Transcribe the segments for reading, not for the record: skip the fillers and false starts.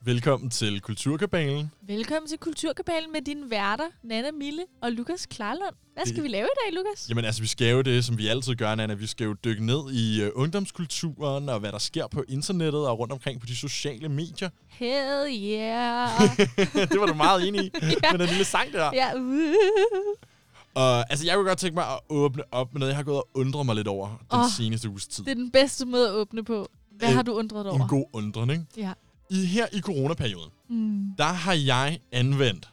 Velkommen til Kulturkabalen. Velkommen til Kulturkabalen med dine værter, Nana Mille og Lukas Klarlund. Hvad skal vi lave i dag, Lukas? Jamen altså, vi skal jo det, som vi altid gør, Nana. Vi skal jo dykke ned i ungdomskulturen og hvad der sker på internettet og rundt omkring på de sociale medier. Hell yeah! Det var du meget enig i, med den lille sang der. Ja, Og altså, jeg kunne godt tænke mig at åbne op med noget, jeg har gået og undret mig lidt over den seneste uges tid. Det er den bedste måde at åbne på. Hvad har du undret over? En god undren, ikke? Ja. Her i coronaperioden, der har jeg anvendt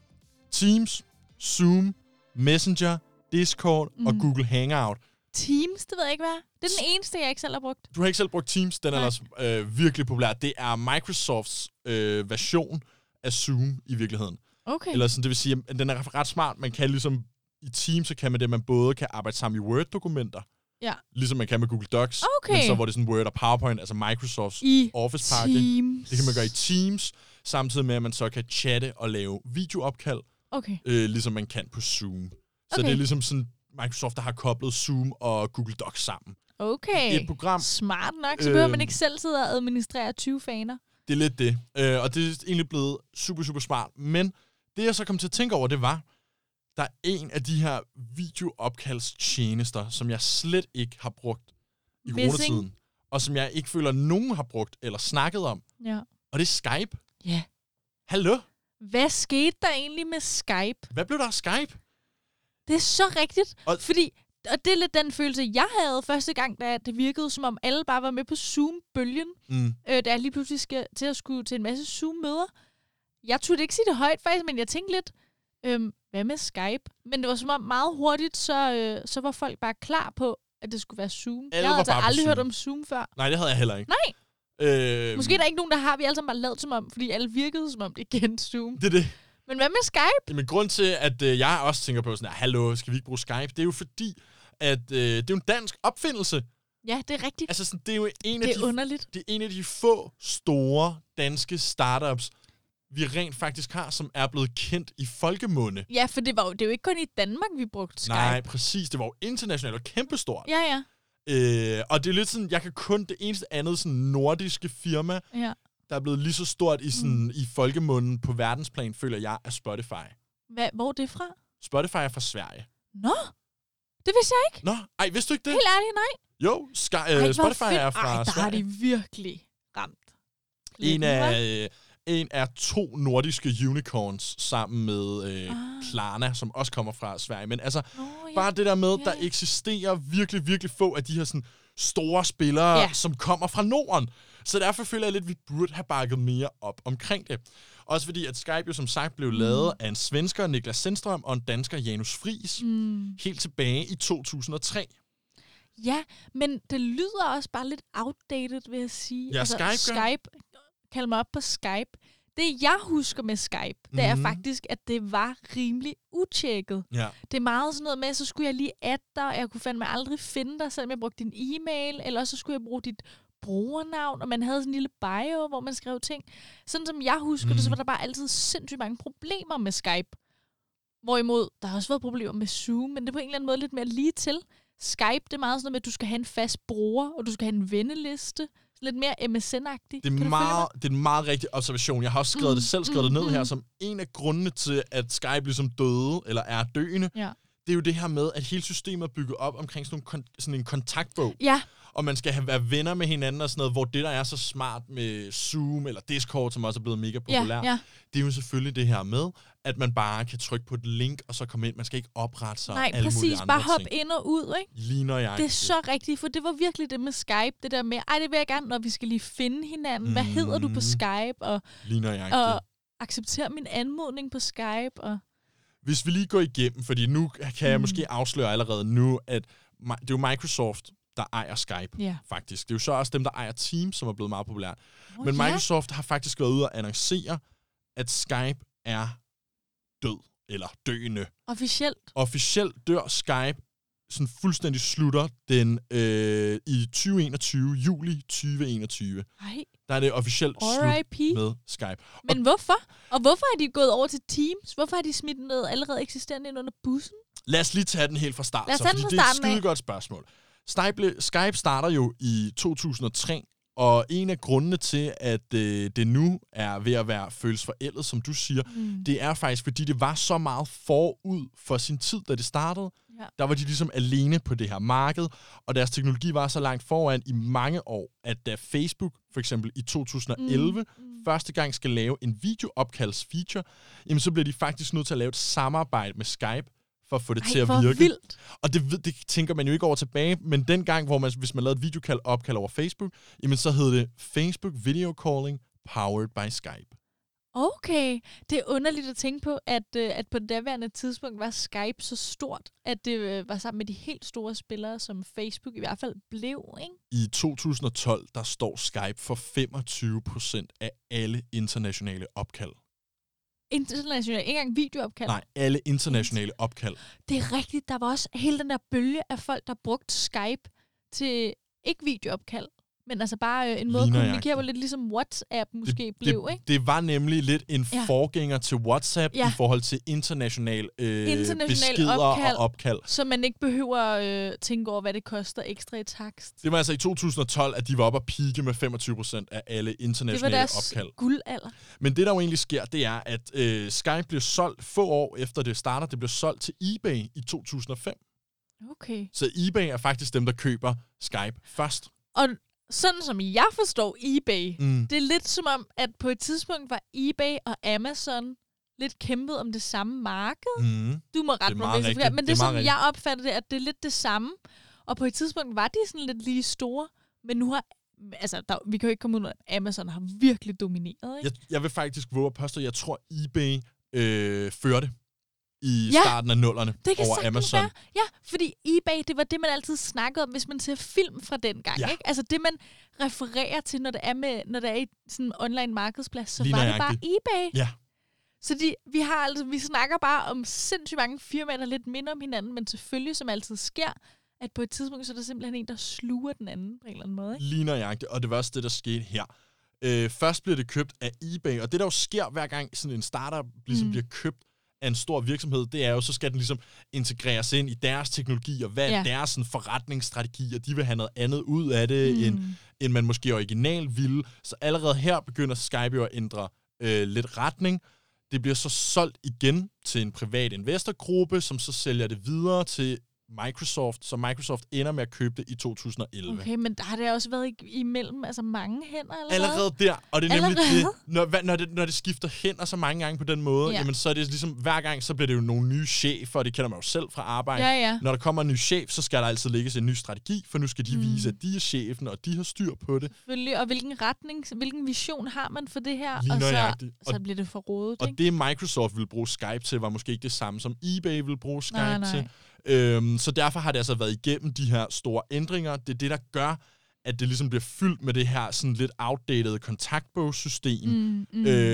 Teams, Zoom, Messenger, Discord og Google Hangout. Teams, det ved jeg ikke, hvad. Det er den eneste, jeg ikke selv har brugt. Du har ikke selv brugt Teams, den er ellers virkelig populær. Det er Microsofts version af Zoom i virkeligheden. Okay. Eller sådan, det vil sige, at den er ret smart. Man kan ligesom, i Teams, så kan man det, man både kan arbejde sammen i Word-dokumenter, ja, ligesom man kan med Google Docs, okay, men så hvor det er sådan Word og PowerPoint, altså Microsofts Office-pakke. Det kan man gøre i Teams, samtidig med, at man så kan chatte og lave videoopkald, okay, ligesom man kan på Zoom. Så det er ligesom sådan Microsoft, der har koblet Zoom og Google Docs sammen. Okay, et program, smart nok, så behøver man ikke selv sidde og administrere 20 faner. Det er lidt det, og det er egentlig blevet super, super smart. Men det, jeg så kom til at tænke over, det var, der er en af de her videoopkaldstjenester, som jeg slet ikke har brugt i coronatiden, og som jeg ikke føler, nogen har brugt eller snakket om. Ja. Og det er Skype. Ja. Hallo? Hvad skete der egentlig med Skype? Hvad blev der af Skype? Det er så rigtigt, fordi, og det er lidt den følelse, jeg havde første gang, da det virkede, som om alle bare var med på Zoom-bølgen, da jeg lige pludselig skal til at skulle til en masse Zoom-møder. Jeg turde ikke sige det højt faktisk, men jeg tænkte lidt, hvad med Skype? Men det var som om meget hurtigt, så var folk bare klar på, at det skulle være Zoom. Jeg havde altså aldrig hørt om Zoom før. Nej, det havde jeg heller ikke. Nej. Måske er der ikke nogen, der har. Vi alle sammen bare lavet som om, fordi alle virkede som om, det kendte Zoom. Det er det. Men hvad med Skype? Men grund til, at jeg også tænker på sådan, hallo, skal vi ikke bruge Skype? Det er jo fordi, at det er jo en dansk opfindelse. Ja, det er rigtigt. Altså sådan, det er jo underligt. Det er en af de få store danske startups, vi rent faktisk har, som er blevet kendt i folkemunde. Ja, for det er jo ikke kun i Danmark, vi brugte Skype. Nej, præcis. Det var jo internationalt og kæmpestort. Ja, ja. Og det er lidt sådan, jeg kan kun det eneste andet sådan nordiske firma, der er blevet lige så stort i, sådan, i folkemunden på verdensplan, føler jeg, er Spotify. Hvor er det fra? Spotify er fra Sverige. Nå, det vidste jeg ikke. Nå, vidste du ikke det? Helt ærligt, nej. Jo, Spotify er fra der Sverige. har de virkelig ramt. En af 2 nordiske unicorns sammen med Klarna, som også kommer fra Sverige. Men altså, bare det der med, der eksisterer virkelig, virkelig få af de her sådan, store spillere, som kommer fra Norden. Så derfor føler jeg lidt, at vi burde have bakket mere op omkring det. Også fordi, at Skype jo som sagt blev lavet af en svensker, Niklas Zennström, og en dansker, Janus Friis, helt tilbage i 2003. Ja, men det lyder også bare lidt outdated, vil jeg sige. Ja, altså, Skype, kald mig op på Skype. Det, jeg husker med Skype, det er faktisk, at det var rimelig utjekket. Ja. Det er meget sådan noget med, så skulle jeg lige adde dig, og jeg kunne fandme aldrig finde dig, selvom jeg brugte din e-mail, eller så skulle jeg bruge dit brugernavn, og man havde sådan en lille bio, hvor man skrev ting. Sådan som jeg husker det, så var der bare altid sindssygt mange problemer med Skype. Hvorimod, der har også været problemer med Zoom, men det er på en eller anden måde lidt mere lige til. Skype, det er meget sådan noget med, at du skal have en fast bruger, og du skal have en venneliste. Lidt mere MSN-agtigt. Det er en meget rigtig observation. Jeg har også skrevet skrevet det ned her, som en af grundene til, at Skype ligesom døde, eller er døende. Ja. Det er jo det her med, at hele systemet er bygget op omkring sådan en kontaktbog. Ja. Og man skal være venner med hinanden og sådan noget, hvor det, der er så smart med Zoom eller Discord, som også er blevet mega populær, det er jo selvfølgelig det her med, at man bare kan trykke på et link, og så komme ind. Man skal ikke oprette sig alle mulige andre bare hop ting. ind og ud, ikke? Lige når jeg. Det er så rigtigt, for det var virkelig det med Skype, det der med, det vil jeg gerne, når vi skal lige finde hinanden. Hvad hedder du på Skype? Og, lige når jeg. Og acceptere min anmodning på Skype. Og hvis vi lige går igennem, fordi nu kan jeg måske afsløre allerede nu, at det er jo Microsoft, der ejer Skype, faktisk. Det er jo så også dem, der ejer Teams, som er blevet meget populært. Men Microsoft har faktisk været ude og annoncere, at Skype er død, eller døende. Officielt dør Skype, sådan fuldstændig slutter den i 2021, juli 2021. Der er det officielt slut med Skype. Men hvorfor? Og hvorfor er de gået over til Teams? Hvorfor har de smidt noget allerede eksisterende ind under bussen? Lad os lige tage den helt fra start, fordi det er et skide godt spørgsmål. Skype starter jo i 2003, Og en af grundene til, at det nu er ved at være føles forældet, som du siger, det er faktisk, fordi det var så meget forud for sin tid, da det startede. Ja. Der var de ligesom alene på det her marked, og deres teknologi var så langt foran i mange år, at da Facebook for eksempel i 2011 første gang skal lave en videoopkaldsfeature, jamen så bliver de faktisk nødt til at lave et samarbejde med Skype, for at få det til at virke. Vildt. Og det tænker man jo ikke over tilbage, men dengang, hvis man lavede et videoopkald over Facebook, jamen så hed det Facebook Video Calling Powered by Skype. Okay. Det er underligt at tænke på, at på det daværende tidspunkt var Skype så stort, at det var sammen med de helt store spillere, som Facebook i hvert fald blev, ikke? I 2012, der står Skype for 25% af alle internationale opkald. Internationale, ikke engang videoopkald? Nej, alle internationale opkald. Det er rigtigt. Der var også hele den der bølge af folk, der brugte Skype til ikke videoopkald, men altså bare en måde at kommunikere på, lidt ligesom WhatsApp måske blev, ikke? Det var nemlig lidt en forgænger til WhatsApp i forhold til international beskeder og opkald. Så man ikke behøver tænke over, hvad det koster ekstra i takst. Det var altså i 2012, at de var oppe at pike med 25% af alle internationale opkald. Det var deres guldalder. Men det, der jo egentlig sker, det er, at Skype bliver solgt få år efter det starter. Det bliver solgt til eBay i 2005. Okay. Så eBay er faktisk dem, der køber Skype først. Og sådan som jeg forstår eBay, det er lidt som om, at på et tidspunkt var eBay og Amazon lidt kæmpet om det samme marked. Du må rette mig, hvis men det er som jeg opfatter det, at det er lidt det samme. Og på et tidspunkt var de sådan lidt lige store, men nu har vi kan jo ikke komme ud af, at Amazon har virkelig domineret, ikke? Jeg vil faktisk våge at påstå, jeg tror eBay førte i starten af nullerne over Amazon. Ja, fordi eBay, det var det, man altid snakkede om, hvis man ser film fra den gang. Ikke? Altså det, man refererer til, når det er i sådan en online markedsplads, så var det bare eBay. Ja. Så vi snakker bare om sindssygt mange firmaer, der lidt minder om hinanden, men selvfølgelig, som altid sker, at på et tidspunkt, så er der simpelthen en, der sluger den anden på en eller anden måde. Ikke? Lige nøjagtigt, og det var også det, der skete her. Først bliver det købt af eBay, og det der jo sker hver gang sådan en startup ligesom bliver købt af en stor virksomhed, det er jo, så skal den ligesom integreres ind i deres teknologi, og hvad er deres sådan, forretningsstrategi, og de vil have noget andet ud af det, end man måske originalt ville. Så allerede her begynder Skype jo at ændre lidt retning. Det bliver så solgt igen til en privat investorgruppe, som så sælger det videre til Microsoft, så Microsoft ender med at købe det i 2011. Okay, men der har det også været imellem mange hænder allerede der, og det er nemlig det, når det skifter hænder så mange gange på den måde, jamen så er det ligesom, hver gang, så bliver det jo nogle nye chefer, og det kender man jo selv fra arbejde. Ja. Når der kommer en ny chef, så skal der altid lægges en ny strategi, for nu skal de vise, at de er chefen, og de har styr på det. Selvfølgelig, og hvilken vision har man for det her, og så bliver det for rodet. Og det Microsoft vil bruge Skype til, var måske ikke det samme, som eBay vil bruge Skype til. Så derfor har det altså været igennem de her store ændringer. Det er det, der gør, at det ligesom bliver fyldt med det her sådan lidt outdated kontaktbogssystem.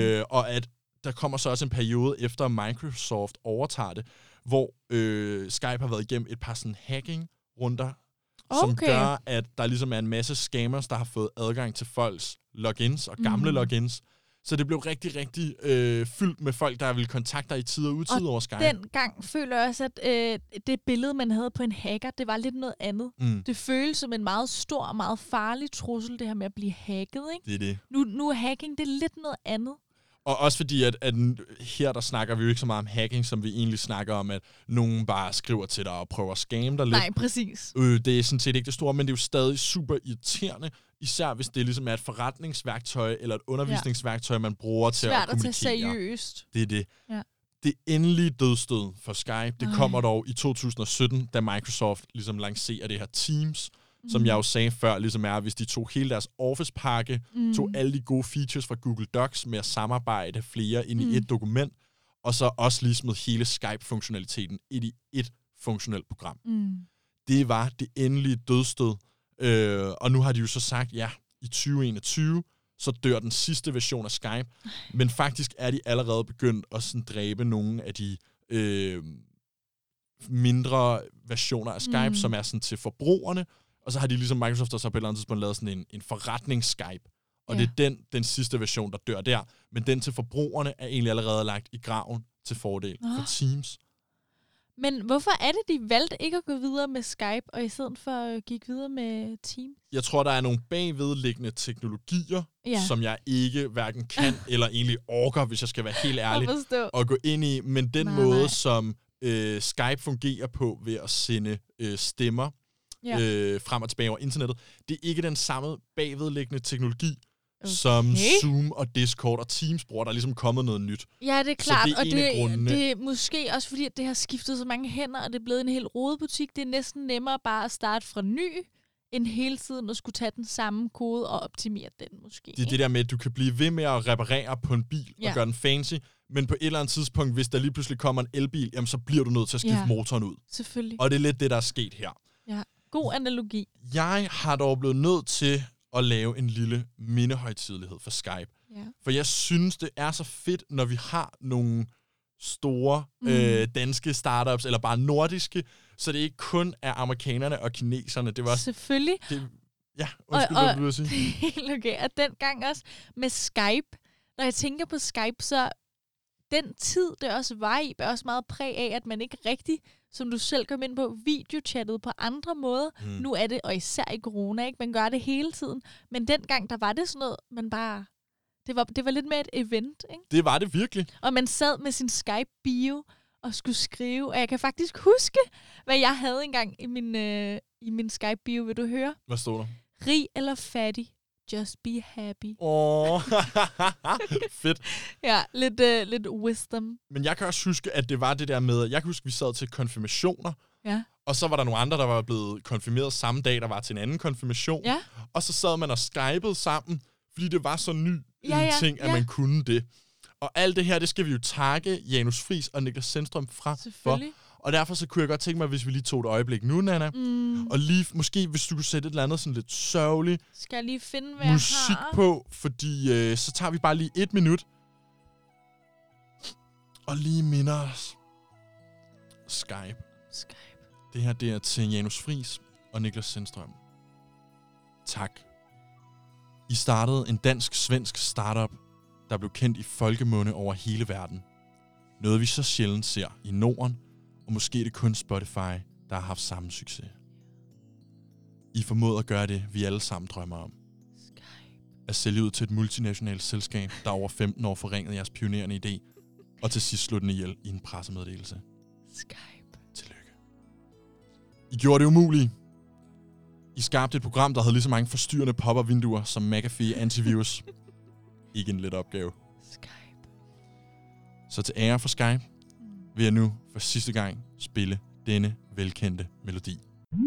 Og at der kommer så også en periode efter Microsoft overtager det, hvor Skype har været igennem et par sådan hacking-runder, som gør, at der ligesom er en masse scammers, der har fået adgang til folks logins og gamle logins. Så det blev rigtig, rigtig fyldt med folk, der ville kontakte dig i tid og utid over Skype. Og dengang føler jeg også, at det billede, man havde på en hacker, det var lidt noget andet. Det føles som en meget stor og meget farlig trussel, det her med at blive hacket, ikke? Det er det. Nu er hacking, det er lidt noget andet. Og også fordi, at her der snakker vi jo ikke så meget om hacking, som vi egentlig snakker om, at nogen bare skriver til dig og prøver at skamme dig lidt. Nej, præcis. Det er sådan set ikke det store, men det er jo stadig super irriterende, især hvis det ligesom er et forretningsværktøj eller et undervisningsværktøj, man bruger til at kommunikere. Svært at tage seriøst. Det er det. Ja. Det endelige dødsstød for Skype, det kommer dog i 2017, da Microsoft ligesom lancerer det her Teams, som jeg jo sagde før, ligesom er, hvis de tog hele deres Office-pakke, tog alle de gode features fra Google Docs med at samarbejde flere ind i et dokument, og så også lige smed hele Skype-funktionaliteten ind i et funktionelt program. Det var det endelige dødsstød. Og nu har de jo så sagt, i 2021, så dør den sidste version af Skype, men faktisk er de allerede begyndt at sådan dræbe nogle af de mindre versioner af Skype, som er sådan til forbrugerne, og så har de ligesom Microsoft også på et eller andet tidspunkt lavet sådan en forretnings-Skype, og det er den sidste version, der dør der, men den til forbrugerne er egentlig allerede lagt i graven til fordel for Teams. Men hvorfor er det, de valgte ikke at gå videre med Skype, og i stedet for gik videre med Teams? Jeg tror, der er nogle bagvedliggende teknologier, som jeg ikke hverken kan eller egentlig orker, hvis jeg skal være helt ærlig, at gå ind i. Men den måde, som Skype fungerer på ved at sende stemmer frem og tilbage over internettet, det er ikke den samme bagvedliggende teknologi, som Zoom og Discord og Teams bruger. Der er ligesom kommet noget nyt. Ja, det er klart, og det er måske også fordi, at det har skiftet så mange hænder, og det er blevet en helt rodebutik. Det er næsten nemmere bare at starte fra ny, end hele tiden at skulle tage den samme kode og optimere den måske. Det er det der med, at du kan blive ved med at reparere på en bil og gøre den fancy, men på et eller andet tidspunkt, hvis der lige pludselig kommer en elbil, jamen, så bliver du nødt til at skifte motoren ud. Selvfølgelig. Og det er lidt det, der er sket her. Ja, god analogi. Jeg har dog blevet nødt til at lave en lille mindehøjtidelighed for Skype. Ja. For jeg synes, det er så fedt, når vi har nogle store danske startups, eller bare nordiske, så det ikke kun er amerikanerne og kineserne. Det var også, selvfølgelig. Hvad du vil sige? Helt okay. Og dengang også med Skype, når jeg tænker på Skype, så den tid, det også var i, er også meget præg af, at man ikke rigtig, som du selv kom ind på, videochattet på andre måder. Nu er det, og især i corona, ikke? Man gør det hele tiden. Men dengang, der var det sådan noget, man bare... Det var lidt mere et event, ikke? Det var det virkelig. Og man sad med sin Skype-bio og skulle skrive. Og jeg kan faktisk huske, hvad jeg havde engang i min Skype-bio. Vil du høre? Hvad stod der? Rig eller fattig? Just be happy. Fedt. Ja, lidt wisdom. Men jeg kan også huske, at det var det der med... Jeg kan huske, vi sad til konfirmationer. Ja. Og så var der nogle andre, der var blevet konfirmeret samme dag, der var til en anden konfirmation. Ja. Og så sad man og skypede sammen, fordi det var så ny en ting, at man kunne det. Og alt det her, det skal vi jo takke Janus Friis og Niklas Zennström for. Og derfor så kunne jeg godt tænke mig, hvis vi lige tog et øjeblik nu, Nana. Og lige, måske hvis du kunne sætte et eller andet sådan lidt sørgeligt skal jeg lige finde, hvad musik på, fordi så tager vi bare lige 1 minut. Og lige minder os. Skype. Det her, det er til Janus Friis og Niklas Zennström. Tak. I startede en dansk-svensk startup, der blev kendt i folkemunde over hele verden. Noget vi så sjældent ser i Norden, og måske er det kun Spotify, der har haft samme succes. I formåede at gøre det, vi alle sammen drømmer om. At sælge ud til et multinationalt selskab, der over 15 år forringede jeres pionerende idé, og til sidst slog den ihjel i en pressemeddelelse. Skype. Tillykke. I gjorde det umulige. I skabte et program, der havde lige så mange forstyrrende pop-up-vinduer som McAfee Antivirus. Ikke en let opgave. Skype. Så til ære for Skype vil jeg nu for sidste gang spille denne velkendte melodi.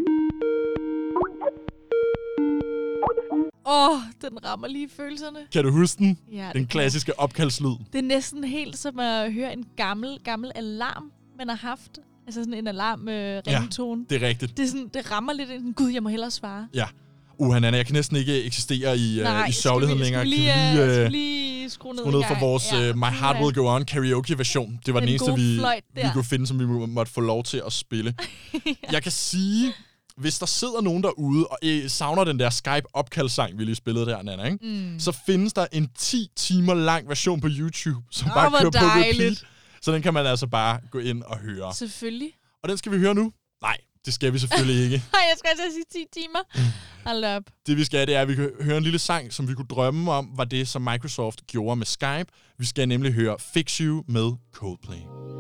Den rammer lige følelserne. Kan du huske den? Ja, den klassiske opkaldslyd. Det er næsten helt som at høre en gammel alarm, man har haft. Altså sådan en alarm-ringtone. Ja, det er rigtigt. Det rammer lidt ind. Gud, jeg må hellere svare. Ja. Nana, jeg kan næsten ikke eksistere i sørgeligheden længere. Skal vi lige skrue ned for vores My Heart Will Go On karaoke-version. Det var den eneste, vi kunne finde, som vi måtte få lov til at spille. Jeg kan sige, hvis der sidder nogen derude og savner den der Skype-opkaldssang, vi lige spillede der, Nana, ikke? Så findes der en 10 timer lang version på YouTube, som bare kører på repeat. Så den kan man altså bare gå ind og høre. Selvfølgelig. Og den skal vi høre nu? Nej, det skal vi selvfølgelig ikke. Jeg skal altså sige 10 timer. Hold op. Det vi skal, det er, at vi kan høre en lille sang, som vi kunne drømme om, var det, som Microsoft gjorde med Skype. Vi skal nemlig høre Fix You med Coldplay.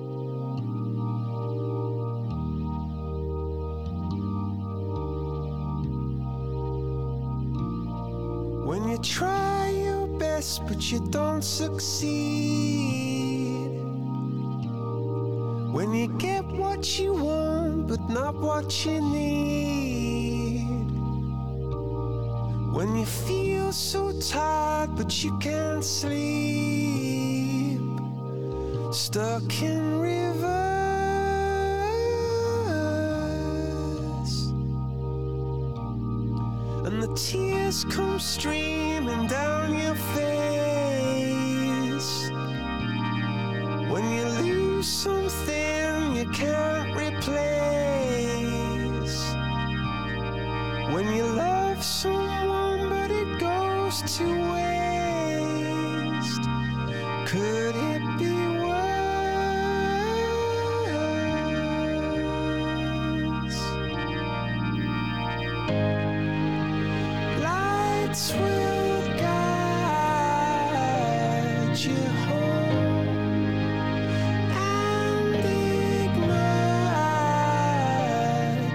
When you try your best, but you don't succeed. When you get what you want, but not what you need. When you feel so tired, but you can't sleep. Stuck in reverse. And the tears come streaming down your face. When you lose something you can't replace. When you love someone but it goes to waste. Could it be worse?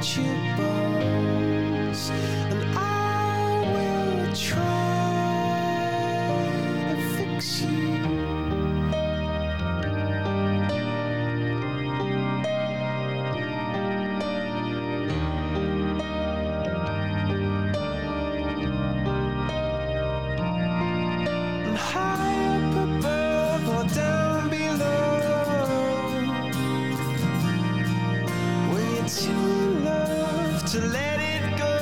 at your bones, and I will try to fix you. To let it go,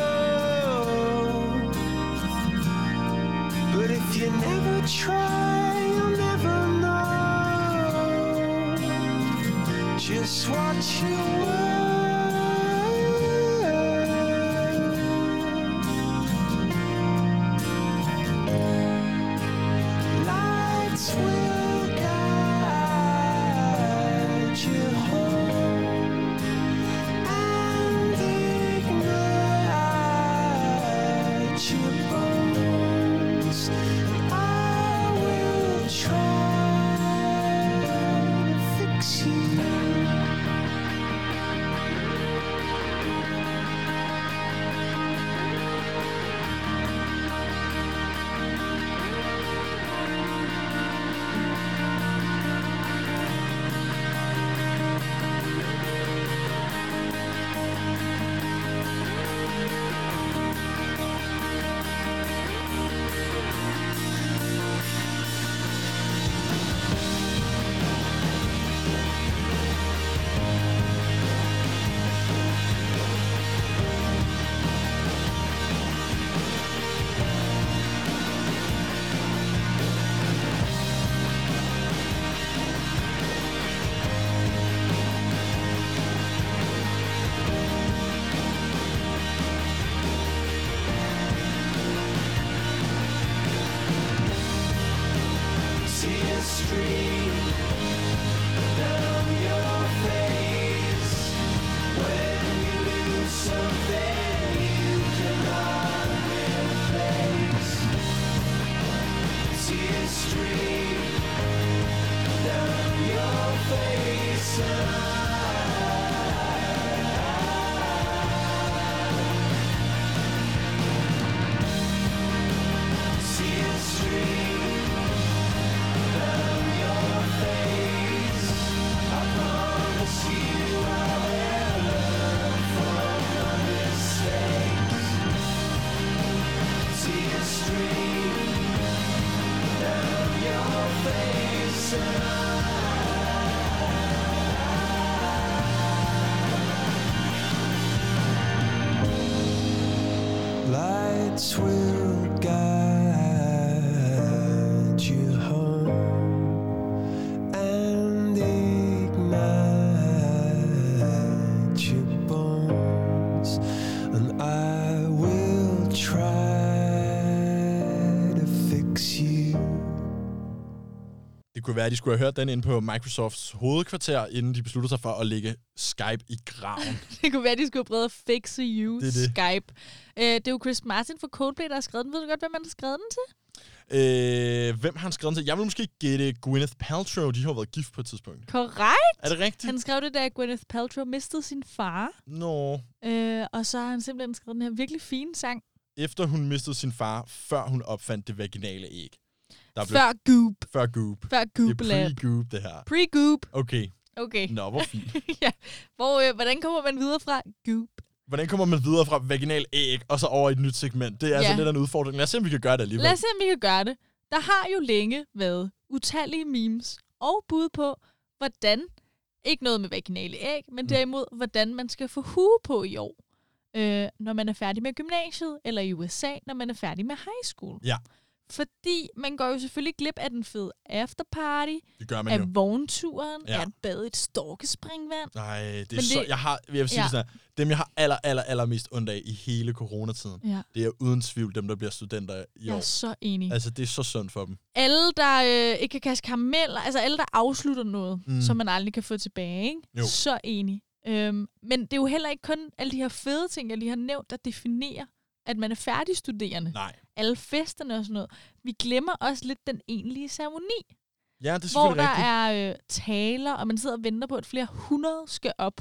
but if you never try, you'll never know just what you were. Lights will guide you home. Lights will guide you home and ignite your bones, and I will try to fix you. Det kunne være, at de skulle have hørt den ind på Microsofts hovedkvarter, inden de besluttede sig for at lægge Skype i graven. Det kunne være, at de skulle have prøvet at fixe you, det. Skype. Det er jo Chris Martin fra Coldplay, der har skrevet den. Ved du godt, hvem han har skrevet den til? Hvem har han skrevet den til? Jeg vil måske gætte Gwyneth Paltrow. De har været gift på et tidspunkt. Korrekt! Er det rigtigt? Han skrev det, da Gwyneth Paltrow mistede sin far. Nå. Og så har han simpelthen skrevet den her virkelig fine sang. Efter hun mistede sin far, før hun opfandt det vaginale æg. Før Goop. Før Goop. Før Goop. Det er pre-Goop, det her. Pre-Goop. Okay. Okay. Nå, hvor fint. Ja. Hvordan kommer man videre fra Goop? Hvordan kommer man videre fra vaginal æg, og så over i et nyt segment? Det er altså lidt af en udfordring. Lad os se, om vi kan gøre det alligevel. Lad os se, om vi kan gøre det. Der har jo længe været utallige memes og bud på, hvordan, ikke noget med vaginale æg, men derimod, hvordan man skal få hue på i år, når man er færdig med gymnasiet, eller i USA, når man er færdig med high school. Ja. Fordi man går jo selvfølgelig glip af den fede afterparty, det gør man af jo. vognturen, af at bade i et storkespringvand. Nej, det er så... Jeg vil sige sådan her, dem jeg har allermest ondt af i hele coronatiden, det er uden tvivl dem, der bliver studenter i år. Jeg er så enig. Altså, det er så synd for dem. Alle, der ikke kan kaste karameller, altså alle, der afslutter noget, som man aldrig kan få tilbage, ikke? Jo. Så enig. Men det er jo heller ikke kun alle de her fede ting, jeg lige har nævnt, der definerer, at man er færdigstuderende. Nej. Alle festerne og sådan noget. Vi glemmer også lidt den egentlige ceremoni. Ja, det er hvor selvfølgelig der rigtigt. er taler, og man sidder og venter på, at flere 100 skal op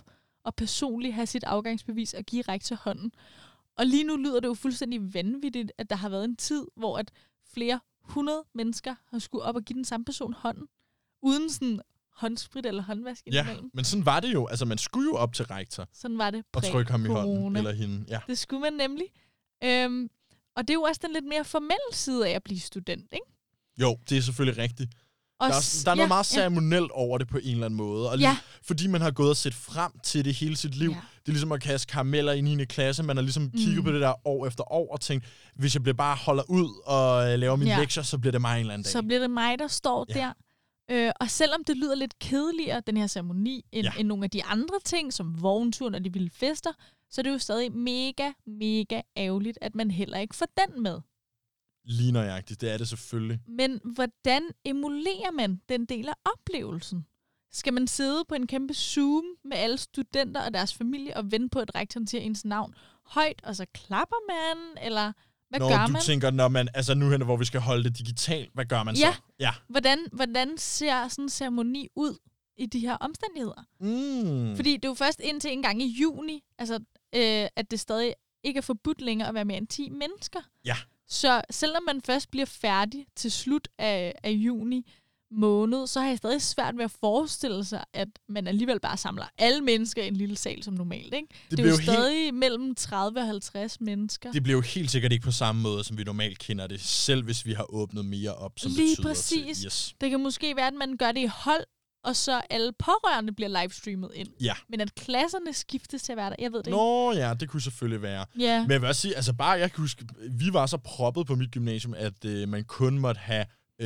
og personligt have sit afgangsbevis og give rektor hånden. Og lige nu lyder det jo fuldstændig vanvittigt, at der har været en tid, hvor at flere 100 mennesker har skulle op og give den samme person hånden, uden sådan håndsprit eller håndvask indimellem. Ja, men sådan var det jo. Altså, man skulle jo op til rektor. Sådan var det og trykke ham i hånden, eller hende. Ja. Det skulle man nemlig. Og det er jo også den lidt mere formelle side af at blive student, ikke? Jo, det er selvfølgelig rigtigt. Der er noget meget ceremonielt over det på en eller anden måde. Og fordi man har gået og set frem til det hele sit liv. Ja. Det er ligesom at kaste karameller i 9. klasse. Man har ligesom kigget på det der år efter år og tænkt, hvis jeg bare holder ud og laver mine lektier, så bliver det mig en eller anden dag. Så bliver det mig, der står der. Og selvom det lyder lidt kedeligere, den her ceremoni, end nogle af de andre ting, som vognturen og de vilde fester, så er det jo stadig mega, mega ærgerligt, at man heller ikke får den med. Lige nøjagtigt, det er det selvfølgelig. Men hvordan emulerer man den del af oplevelsen? Skal man sidde på en kæmpe Zoom med alle studenter og deres familie og vente på, at rektoren siger ens navn højt, og så klapper man, eller hvad gør man? Når du tænker, når man, altså nu her, hvor vi skal holde det digitalt, hvad gør man så? Ja. Hvordan ser sådan en ceremoni ud i de her omstændigheder? Fordi det er jo først indtil en gang i juni, altså, at det stadig ikke er forbudt længere at være mere end 10 mennesker. Ja. Så selvom man først bliver færdig til slut af juni måned, så har jeg stadig svært ved at forestille sig, at man alligevel bare samler alle mennesker i en lille sal som normalt. Ikke? Det er jo stadig mellem 30 og 50 mennesker. Det bliver jo helt sikkert ikke på samme måde, som vi normalt kender det, selv hvis vi har åbnet mere op, som lige betyder præcis. Til. Yes. Det kan måske være, at man gør det i hold, og så alle pårørende bliver livestreamet ind. Ja. Men at klasserne skiftes til at være der, jeg ved det ikke. Nå ja, det kunne selvfølgelig være. Ja. Men jeg vil også sige, altså bare, jeg kan huske, vi var så proppet på mit gymnasium, at man kun måtte have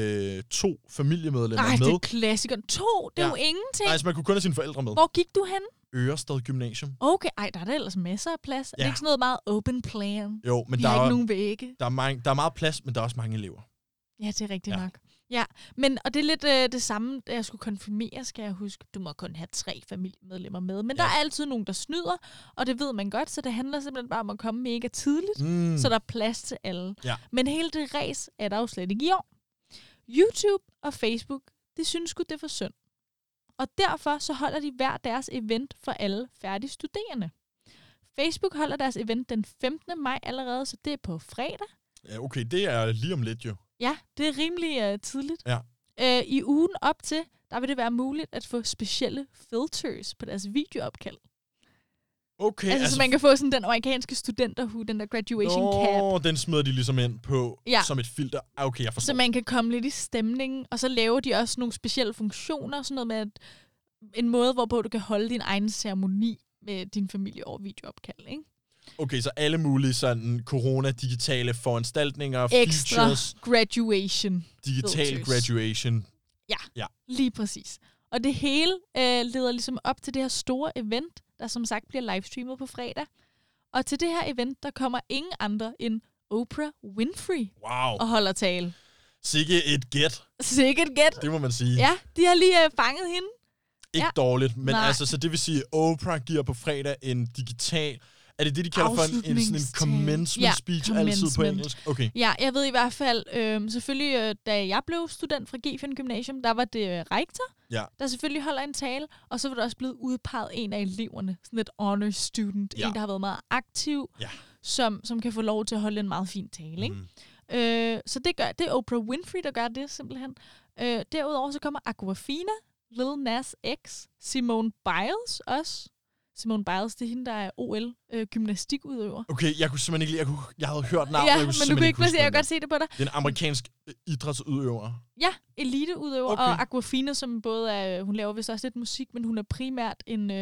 2 familiemedlemmer med. Nej, det er klassikeren. 2, det er jo ingenting. Nej, så man kunne kun have sine forældre med. Hvor gik du hen? Ørestad Gymnasium. Okay, der er der ellers masser af plads. Ja. Er det ikke sådan noget meget open plan? Jo, men der er ikke nogen vægge. Der er meget plads, men der er også mange elever. Ja, det er rigtigt nok. Ja, men og det er lidt det samme, da jeg skulle konfirmere, skal jeg huske. Du må kun have 3 familiemedlemmer med. Men der er altid nogen, der snyder, og det ved man godt, så det handler simpelthen bare om at komme mega tidligt, så der er plads til alle. Ja. Men hele det ræs er der jo slet ikke i år. YouTube og Facebook, det synes sgu, det er for synd. Og derfor så holder de hver deres event for alle færdige studerende. Facebook holder deres event den 15. maj allerede, så det er på fredag. Ja, okay, det er lige om lidt jo. Ja, det er rimelig tidligt. Ja. I ugen op til, der vil det være muligt at få specielle filters på deres videoopkald. Okay. Altså så man kan få sådan den amerikanske studenterhue, den der graduation cap. Den smider de ligesom ind på som et filter. Okay, jeg forstår. Så man kan komme lidt i stemningen, og så laver de også nogle specielle funktioner, sådan noget med en måde, hvorpå du kan holde din egen ceremoni med din familie over videoopkald, ikke? Okay, så alle mulige sådan corona-digitale foranstaltninger, ekstra features. Graduation. Digital filters. Graduation. Ja, lige præcis. Og det hele leder ligesom op til det her store event, der som sagt bliver livestreamet på fredag. Og til det her event, der kommer ingen andre end Oprah Winfrey og holder tale. Sikke et gæt. Det må man sige. Ja, de har lige fanget hende. Ikke dårligt, men altså, så det vil sige, Oprah giver på fredag en digital... Er det de kalder for sådan en commencement speech, altid på engelsk? Okay. Ja, jeg ved i hvert fald, selvfølgelig, da jeg blev student fra Gefion Gymnasium, der var det rektor, der selvfølgelig holder en tale, og så var der også blevet udpeget en af eleverne, sådan et honor student, en, der har været meget aktiv, som kan få lov til at holde en meget fin tale. Ikke? Så det er Oprah Winfrey, der gør det simpelthen. Derudover så kommer Aquafina, Lil Nas X, Simone Biles også. Simone Biles, det er hende, der er OL-gymnastikudøver. Okay, jeg kunne simpelthen ikke... Jeg havde hørt navnet, men du kunne ikke jeg kan godt se det på dig. Det er en amerikansk idrætsudøver. Ja, eliteudøver. Okay. Og Aquafina, som både er... Hun laver vist også lidt musik, men hun er primært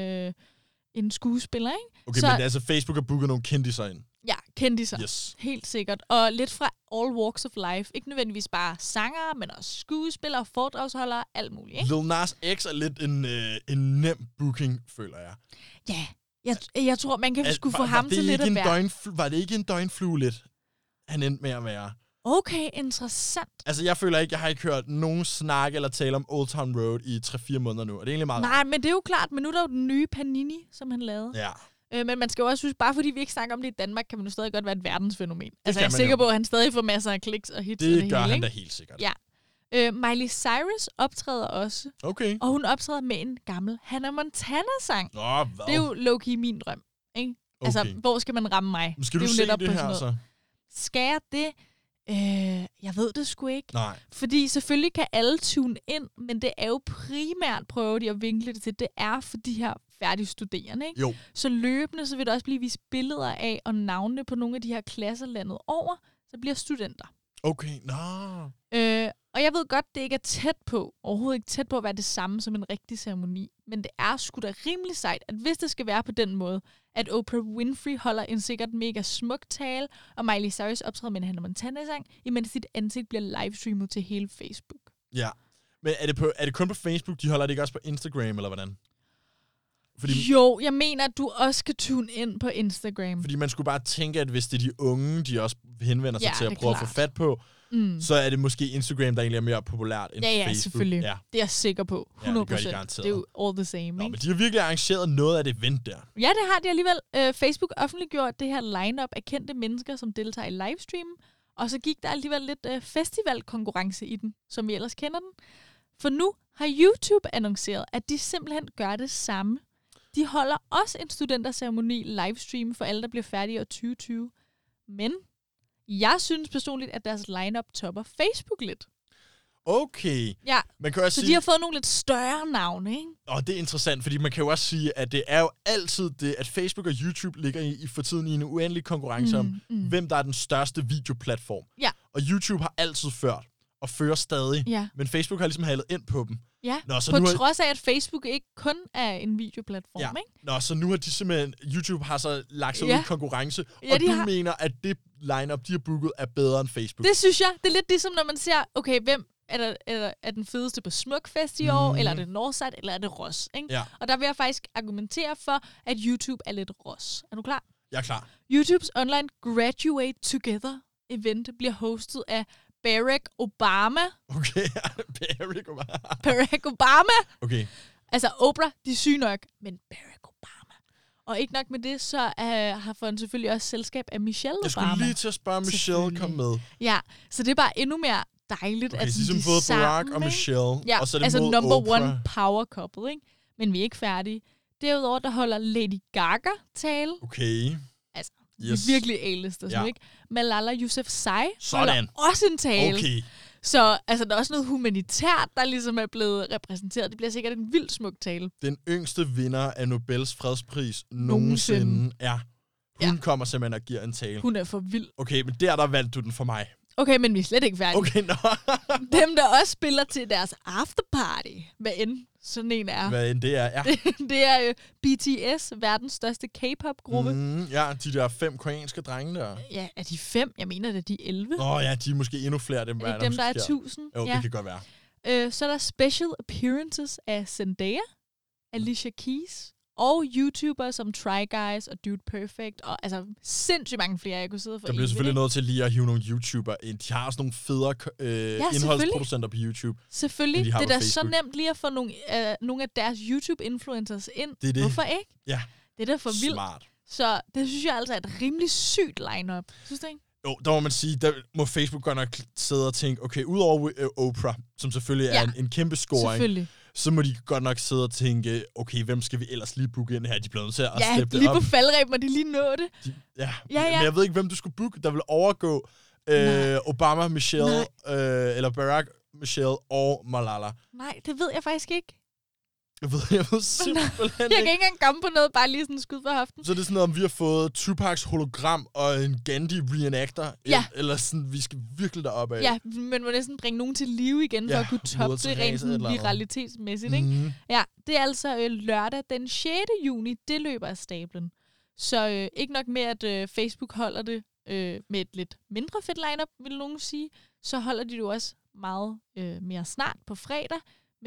en skuespiller, ikke? Okay, men altså Facebook har booket nogle kendiser ind. Ja, kendiser. Yes. Helt sikkert. Og lidt fra all walks of life. Ikke nødvendigvis bare sangere, men også skuespillere, foredragsholdere, alt muligt. Ikke? Lil Nas X er lidt en nem booking, føler jeg. Ja, jeg tror, man kan sgu få ham til lidt at være. Var det ikke en døgnflue lidt, han endte med at være? Okay, interessant. Altså, jeg føler ikke, jeg har ikke hørt nogen snakke eller tale om Old Town Road i 3-4 måneder nu. Og det er egentlig meget... Nej, men det er jo klart. Men nu er der jo den nye Panini, som han lavede. Ja. Men man skal jo også synes, bare fordi vi ikke snakker om det i Danmark, kan man jo stadig godt være et verdensfænomen. Altså, jeg er sikker på, at han stadig får masser af kliks og hits. Det gør han da helt sikkert. Ja. Miley Cyrus optræder også. Okay. Og hun optræder med en gammel Hannah Montana-sang. Nå, hvad? Det er jo low-key min drøm. Ikke? Okay. Altså, hvor skal man ramme mig? Skal det du er se netop det på her, sådan noget. så? Skal jeg det? Jeg ved det sgu ikke. Nej. Fordi selvfølgelig kan alle tune ind, men det er jo primært, prøver de at vinkle det til, det er for de her færdige studerende. Ikke? Jo. Så løbende så vil der også blive vist billeder af og navne på nogle af de her klasser landet over, så bliver studenter. Okay, nå. Og jeg ved godt, det ikke er tæt på, overhovedet ikke tæt på at være det samme som en rigtig ceremoni, men det er sgu da rimelig sejt, at hvis det skal være på den måde, at Oprah Winfrey holder en sikkert mega smuk tale, og Miley Cyrus optræder med en Hannah Montana-sang, imens sit ansigt bliver livestreamet til hele Facebook. Ja. Men er det kun på Facebook? De holder det ikke også på Instagram, eller hvordan? Fordi, jo, jeg mener, at du også skal tune ind på Instagram. Fordi man skulle bare tænke, at hvis det er de unge, de også henvender sig til at prøve at få fat på, så er det måske Instagram, der egentlig er mere populært end Facebook. Ja, selvfølgelig. Ja. Det er jeg sikker på. 100%. Ja, det er jo all the same. Nå, men de har virkelig arrangeret noget af det event der. Ja, det har de alligevel. Facebook offentliggjort det her line-up af kendte mennesker, som deltager i livestreamen. Og så gik der alligevel lidt festivalkonkurrence i den, som vi ellers kender den. For nu har YouTube annonceret, at de simpelthen gør det samme. De holder også en studenterceremoni livestream for alle, der bliver færdige i år 2020. Men jeg synes personligt, at deres line-up topper Facebook lidt. Okay. Ja, man kan også så sige, de har fået nogle lidt større navne, ikke? Og det er interessant, fordi man kan jo også sige, at det er jo altid det, at Facebook og YouTube ligger i for tiden i en uendelig konkurrence om, hvem der er den største videoplatform. Ja. Og YouTube har altid ført, og fører stadig. Ja. Men Facebook har ligesom halet ind på dem. Ja, Nå, så på nu trods af, at Facebook ikke kun er en videoplatform, ja. ikke? Nå, så nu har de simpelthen, YouTube har så lagt sig ud i konkurrence, ja, og du mener, at det line-up, de har booket, er bedre end Facebook? Det synes jeg. Det er lidt ligesom, når man siger, okay, hvem er den fedeste på Smukfest i år, eller er det Northside, eller er det Ross, ikke? Ja. Og der vil jeg faktisk argumentere for, at YouTube er lidt Ross. Er du klar? Jeg er klar. YouTubes online Graduate Together event bliver hostet af Barack Obama. Okay, Barack Obama. Barack Obama! Okay. Altså, Oprah, de er syge nok, men Barack Obama. Og ikke nok med det, så har fået selvfølgelig også selskab af Michelle Obama. Jeg skulle lige til at spørge, Michelle kom med. Ja, så det er bare endnu mere dejligt, okay, at ligesom de både sammen, Barack og Michelle, ja, og så er det altså mod number Oprah. one power couple, ikke? Men vi er ikke færdige. Derudover, der holder Lady Gaga tale. Okay. Altså, yes. Virkelig A-lister, ja. Ikke? Malala Yousafzai holder også en tale. Okay. Så altså, der er også noget humanitært, der ligesom er blevet repræsenteret. Det bliver sikkert en vildt smuk tale. Den yngste vinder af Nobels fredspris nogensinde. Ja. Hun kommer simpelthen og giver en tale. Hun er for vild. Okay, men der vandt du den for mig. Okay, men vi er slet ikke færdige. Okay, nå. Dem, der også spiller til deres afterparty, hvad end sådan en er. Hvad end det er, ja. Det er BTS, verdens største K-pop-gruppe. Ja, de der 5 koreanske drenge der. Ja, er de 5? Jeg mener, det er de 11. Ja, de er måske endnu flere. Dem, der er 1000. Jo, ja. det kan godt være. Så er der special appearances af Zendaya, Alicia Keys, og YouTubere som Try Guys og Dude Perfect, og altså sindssygt mange flere, jeg kunne sidde for. Der bliver selvfølgelig nødt til lige at hive nogle YouTubere ind. De har også nogle federe indholdsproducenter på YouTube. Selvfølgelig. Det er da så nemt lige at få nogle af deres YouTube-influencers ind. Det er det. Hvorfor ikke? Ja. Det er da for vildt. Smart. Så det synes jeg altså er et rimelig sygt line-up. Synes du ikke? Jo, der må man sige, der må Facebook godt nok sidde og tænke, okay, udover Oprah, som selvfølgelig er en kæmpe scoring, så må de godt nok sidde og tænke, okay, hvem skal vi ellers lige booke ind her? De bliver nødt til at steppe det op. Ja, lige på faldreb må de lige nå det. Men jeg ved ikke, hvem du skulle booke, der vil overgå Obama, Michelle, eller Barack, Michelle og Malala. Nej, det ved jeg faktisk ikke. Jeg ved simpelthen jeg kan ikke engang komme på noget, bare lige sådan skud for hoften. Så er det sådan noget, om vi har fået Tupacs hologram og en Gandhi reenactor. Ja. Eller sådan, vi skal virkelig deroppe af. Ja, men må næsten bringe nogen til live igen, for at kunne toppe det rent sådan viralitetsmæssigt. Ikke? Ja, det er altså lørdag den 6. juni, det løber af stablen. Så ikke nok med, at Facebook holder det med et lidt mindre fedt lineup, vil nogen sige, så holder de det jo også meget mere snart på fredag.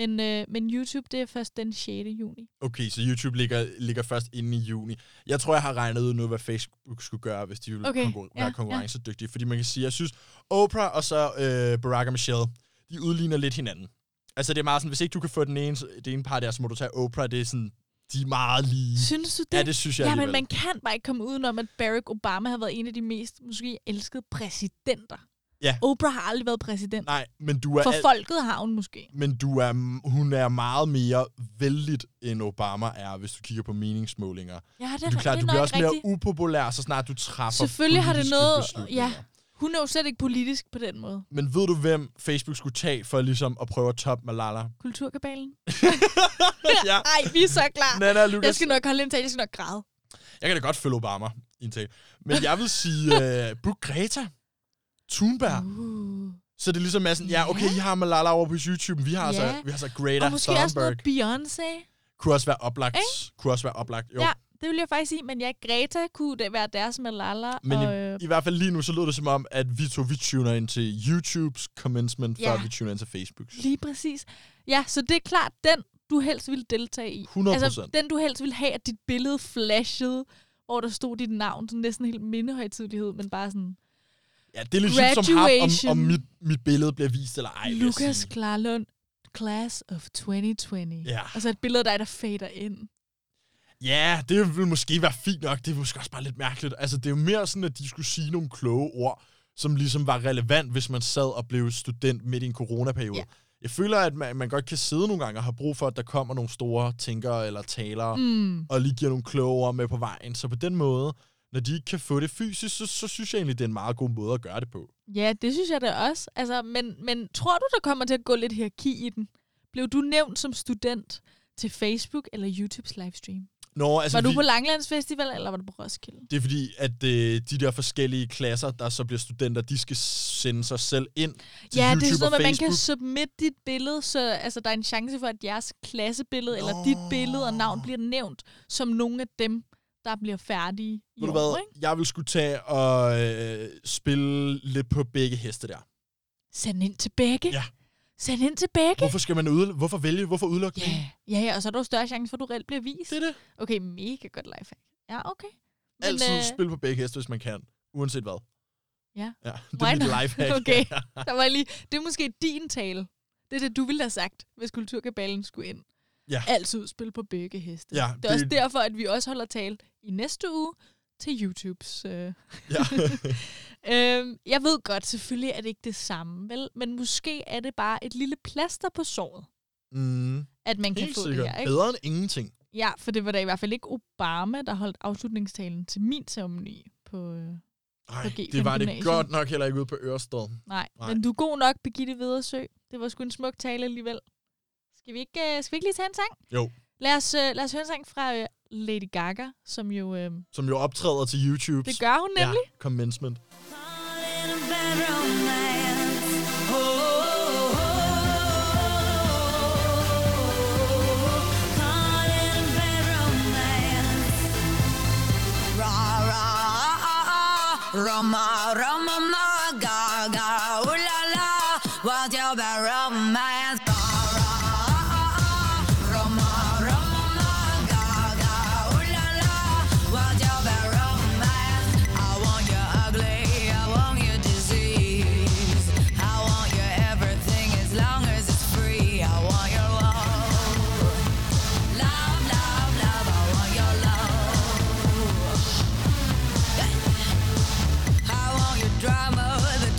Men YouTube, det er først den 6. juni. Okay, så YouTube ligger først inde i juni. Jeg tror, jeg har regnet ud nu, hvad Facebook skulle gøre, hvis de ville være konkurrencedygtige. Fordi man kan sige, jeg synes, Oprah og så Barack og Michelle, de udligner lidt hinanden. Altså, det er meget sådan, hvis ikke du kan få det ene par der, så må du tage Oprah. Det er sådan, de er meget lige. Synes du det? Ja, det synes jeg alligevel. Men man kan bare ikke komme udenom, at Barack Obama har været en af de mest, måske elskede præsidenter. Ja. Oprah har aldrig været præsident. Nej, men du er... For folket har hun måske. Men hun er meget mere vældigt, end Obama er, hvis du kigger på meningsmålinger. Ja, det er klart, du bliver også rigtigt. mere upopulær, så snart du træffer selvfølgelig har det noget... beslutninger. Ja, hun er jo slet ikke politisk på den måde. Men ved du, hvem Facebook skulle tage for ligesom at prøve at toppe Malala? Kulturkabalen. Ja. Ej, vi er så klar. Nana, Lucas. Jeg skal nok holde en tale, jeg skal nok græde. Jeg kan da godt følge Obama i en tale. Men jeg vil sige, book Greta Thunberg. Så det er ligesom sådan, ja, okay, I har Malala over på YouTube, vi har så Greta og måske Thunberg. også noget Beyoncé. Kunne også være oplagt. Jo. Ja, det vil jeg faktisk sige, men ja, Greta kunne det være deres Malala. Men i hvert fald lige nu, så lyder det som om, at vi tuner ind til YouTubes commencement, før vi tuner ind til Facebooks. Lige præcis. Ja, så det er klart den, du helst ville deltage i. 100%. Altså, den, du helst ville have, at dit billede flashede, hvor der stod dit navn, sådan næsten helt mindehøjtidelighed, men bare sådan... Ja, det er lidt shit som har, om mit billede bliver vist eller ej. Lucas Klarlund, Class of 2020. Ja. Og så et billede af dig, der fader ind. Ja, det vil måske være fint nok. Det er måske også bare lidt mærkeligt. Altså, det er jo mere sådan, at de skulle sige nogle kloge ord, som ligesom var relevant, hvis man sad og blev student midt i en coronaperiode. Ja. Jeg føler, at man godt kan sidde nogle gange og have brug for, at der kommer nogle store tænkere eller talere, og lige giver nogle kloge ord med på vejen. Så på den måde, når de ikke kan få det fysisk, så synes jeg egentlig, det er en meget god måde at gøre det på. Ja, det synes jeg da også. Altså, men tror du, der kommer til at gå lidt hierarki i den? Blev du nævnt som student til Facebook eller YouTubes livestream? Nå, altså var du på Langlandsfestival, eller var du på Roskilde? Det er fordi, at de der forskellige klasser, der så bliver studenter, de skal sende sig selv ind til YouTube og Facebook. Ja, det er sådan, at man kan submit dit billede, så altså, der er en chance for, at jeres klassebillede eller dit billede og navn bliver nævnt som nogle af dem, der bliver færdige i år, ikke? Jeg vil skulle tage og spille lidt på begge heste der. Send ind til begge? Ja. Send ind til begge? Hvorfor skal man hvorfor vælge? Hvorfor udelukke den? Ja, og så er der jo større chance for, at du reelt bliver vist. Det er det. Okay, mega godt lifehack. Ja, okay. Men, altid spil på begge heste, hvis man kan. Uanset hvad. Ja. Det er mit lifehack. Okay, der var lige... Det er måske din tale. Det er det, du ville have sagt, hvis Kulturkabalen skulle ind. Ja. Altid spil på begge heste. Ja, det er også derfor, at vi også holder tale i næste uge til YouTubes. Ja. Jeg ved godt, selvfølgelig er det ikke det samme, vel? Men måske er det bare et lille plaster på såret. At man kan få sikkert. Det her, ikke? Bedre end ingenting. Ja, for det var da i hvert fald ikke Obama, der holdt afslutningstalen til min ceremoni på Nej, det var det godt nok heller ikke ude på Ørsted. Nej, men du er god nok, Birgitte Vedersø. Det var sgu en smuk tale alligevel. Skal vi ikke lige tage en sang? Jo. Lad os høre en sang fra Lady Gaga, som jo optræder til YouTube. Det gør hun nemlig. Ja, commencement. Roma, Roma, ma, ga, ga, ooh la la, what's your bad romance? Roma, Roma, ma, ga, ga, ooh la la, what's your bad romance? I want you ugly, I want you disease, I want you everything as long as it's free. I want your love, love, love, love. I want your love. Drama, the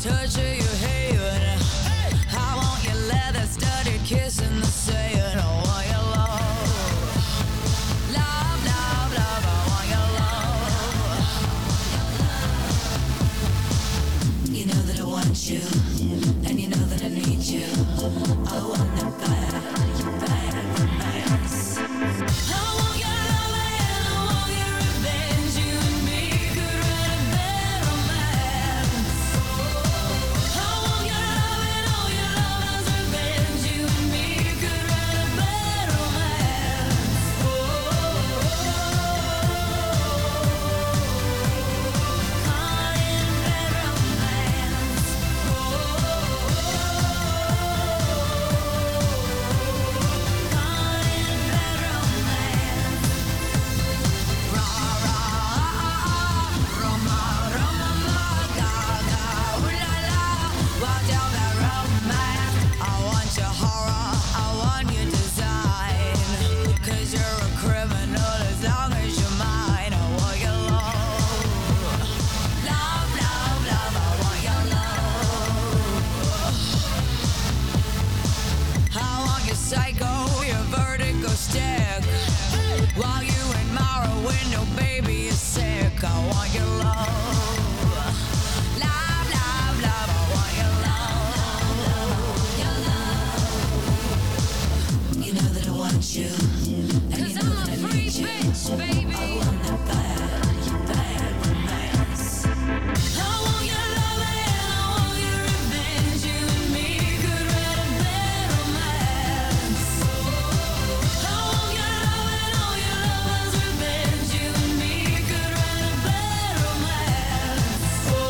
want you. 'Cause I'm a free bitch, baby. I want that bad romance. I want your love and I want your revenge. You and me could write a bad romance. I want your love and all your lovers' revenge. You and me could write a bad romance.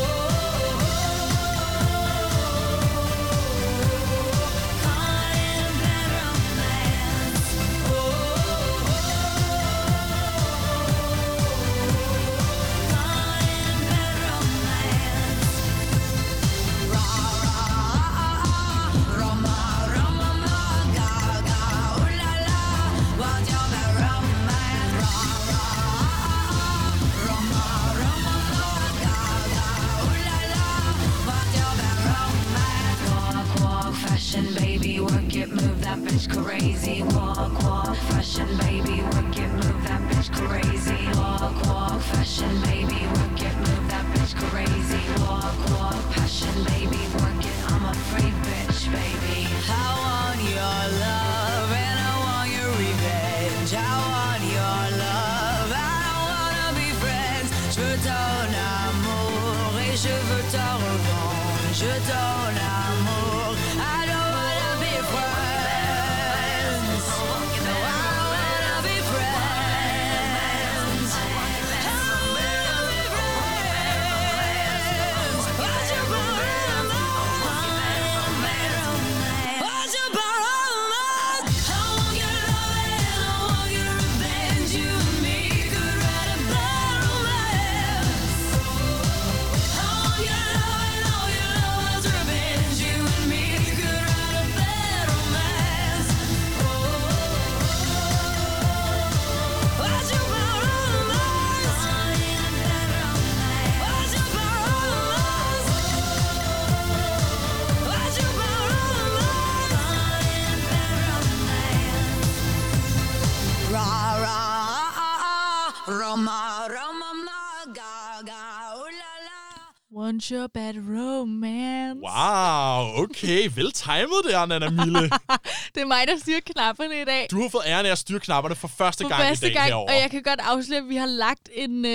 Caught in a bad romance. Baby, work it, move that bitch crazy. Walk, walk, fashion, baby, work it, move that bitch crazy. Walk, walk, fashion, baby, work it, move that bitch crazy. Walk, walk, passion, baby, work it. I'm a free bitch, baby. I want your love and I want your revenge. I want your love, I don't wanna be friends. Je veux ton amour et je veux ta revanche. Je veux ton amour, I don't wanna be friends. No, I don't wanna be friends. I don't wanna be friends. What's your problem? What's your problem? I want your love and I want your revenge. You and me could write a bad romance. I want your love and all your lovers' revenge. You and me could write a bad romance. What's your problem? What's your problem? What's your problem? Ra ra Roma Roma ma ga ga ooh la la. Want your bad romance. Wow, okay. Veltimet der, Nana Mille. Det er mig, der styrer knapperne i dag. Du har fået æren af at styre knapperne for første gang i dag herovre. Og jeg kan godt afsløre, at vi har lagt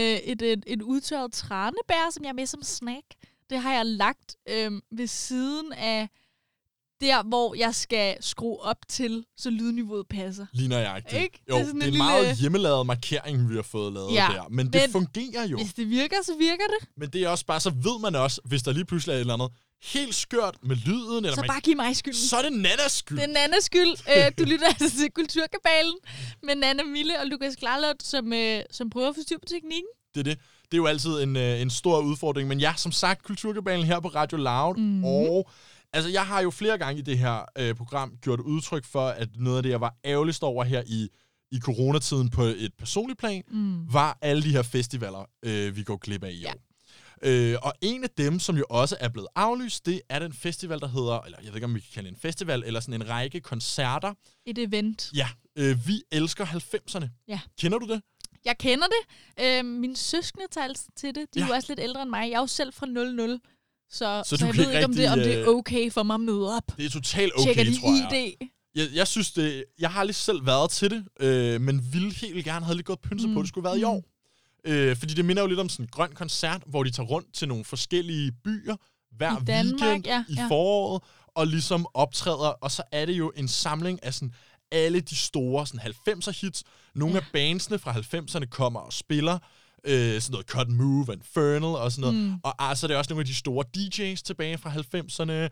et udtørret tranebær, som jeg er med som snack. Det har jeg lagt ved siden af der, hvor jeg skal skrue op til, så lydniveauet passer. Lige nøjagtigt. Ikke? Jo, Det er sådan det er en en meget lille- hjemmelavet markering, vi har fået lavet der. Men det fungerer jo. Hvis det virker, så virker det. Men det er også bare, så ved man også, hvis der lige pludselig er et eller andet helt skørt med lyden, eller Så man, bare giv mig skylden. så er det Nannas skyld. Det er Nannas skyld. Du lytter altså til Kulturkabalen med Nana Mille og Lukas Klarlund, som prøver at få styr på teknikken. Det er det. Det er jo altid en stor udfordring. Men ja, som sagt, Kulturkabalen her på Radio Loud. Og altså, jeg har jo flere gange i det her program gjort udtryk for, at noget af det, jeg var ærgerligst over her i coronatiden på et personligt plan, var alle de her festivaler, vi går glip af i år. Og en af dem, som jo også er blevet aflyst, det er den festival, der hedder, eller jeg ved ikke, om vi kan kalde det en festival, eller sådan en række koncerter. Et event. Ja, vi elsker 90'erne. Ja. Kender du det? Jeg kender det. Mine søskende tager altid til det. De er jo også lidt ældre end mig. Jeg er jo selv fra 00. Så du jeg kan ved ikke, om det rigtig, er okay for mig at møde op. Det er totalt okay, Tjekker de tror jeg. ID? Jeg synes det. Jeg har aldrig selv været til det, men ville helt gerne have lidt godt pynset på, det skulle have været i år. Fordi det minder jo lidt om sådan en grøn koncert, hvor de tager rundt til nogle forskellige byer hver I Danmark, weekend ja. i foråret, og ligesom optræder, og så er det jo en samling af sådan alle de store sådan 90'er hits. Nogle af bandsene fra 90'erne kommer og spiller, sådan noget Cut Move, Infernal og sådan noget. Og altså, det er også nogle af de store DJ's tilbage fra 90'erne.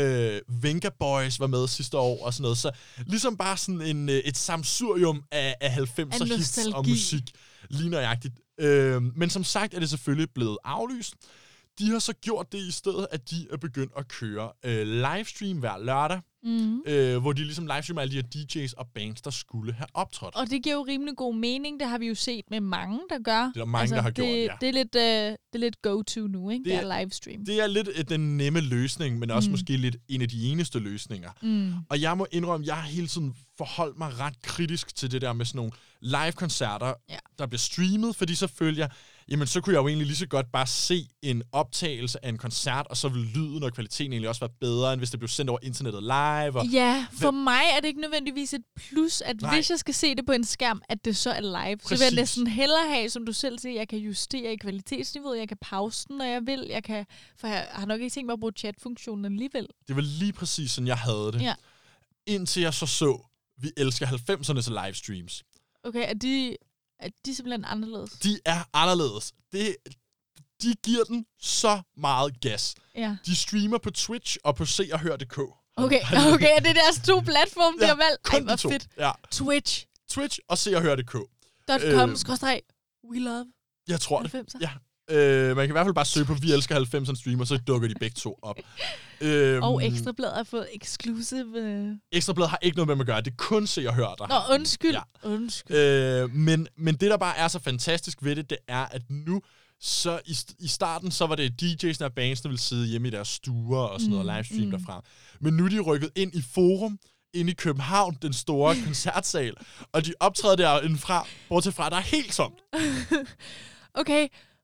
Venga Boys var med sidste år og sådan noget. Så ligesom bare sådan et samsurium af 90'er hits og musik. Lige nøjagtigt. Men som sagt er det selvfølgelig blevet aflyst. De har så gjort det i stedet, at de er begyndt at køre livestream hver lørdag, hvor de ligesom livestreamer alle de her DJ's og bands, der skulle have optrådt. Og det giver jo rimelig god mening. Det har vi jo set med mange, der gør. Det er der mange, der har gjort, ja. Det er lidt go-to nu, ikke? Det er livestream. Det er lidt den nemme løsning, men også måske lidt en af de eneste løsninger. Og jeg må indrømme, jeg har hele tiden forholdt mig ret kritisk til det der med sådan nogle live-koncerter, der bliver streamet, fordi så følger jamen så kunne jeg jo egentlig lige så godt bare se en optagelse af en koncert, og så ville lyden og kvaliteten egentlig også være bedre, end hvis det blev sendt over internettet live. Og Ja, for mig er det ikke nødvendigvis et plus, at hvis jeg skal se det på en skærm, at det så er live. Så vil jeg næsten hellere have, som du selv siger, jeg kan justere i kvalitetsniveauet, jeg kan pause den, når jeg vil, for jeg har nok ikke tænkt mig at bruge chatfunktionen alligevel. Det var lige præcis sådan, jeg havde det. Ja. Indtil jeg så, vi elsker 90'ernes livestreams. Okay, er de simpelthen anderledes? De er anderledes. De giver den så meget gas. Ja. De streamer på Twitch og på Se og Hør.dk. Okay, det er deres 2 platforme, de har valgt. Kun hvor de 2. fedt. Ja. Twitch og Se og Hør.dk. .com/we love. Jeg tror 90'er. det. Ja. Man kan i hvert fald bare søge på Vi elsker 90'erne streamer, så dukker de begge 2 op. Og Ekstrabladet har fået exclusive... Ekstrabladet har ikke noget med at gøre. Det er kun Se og Hør, der har. Undskyld. Ja. Undskyld. Men det, der bare er så fantastisk ved det er, at nu, så i starten, så var det DJ'sne og bandsene ville sidde hjemme i deres stuer og sådan noget, og livestream derfra. Men nu er de rykket ind i Forum, ind i København, den store koncertsal, og de optræder derindefra, bortset fra, der er helt tomt. Okay,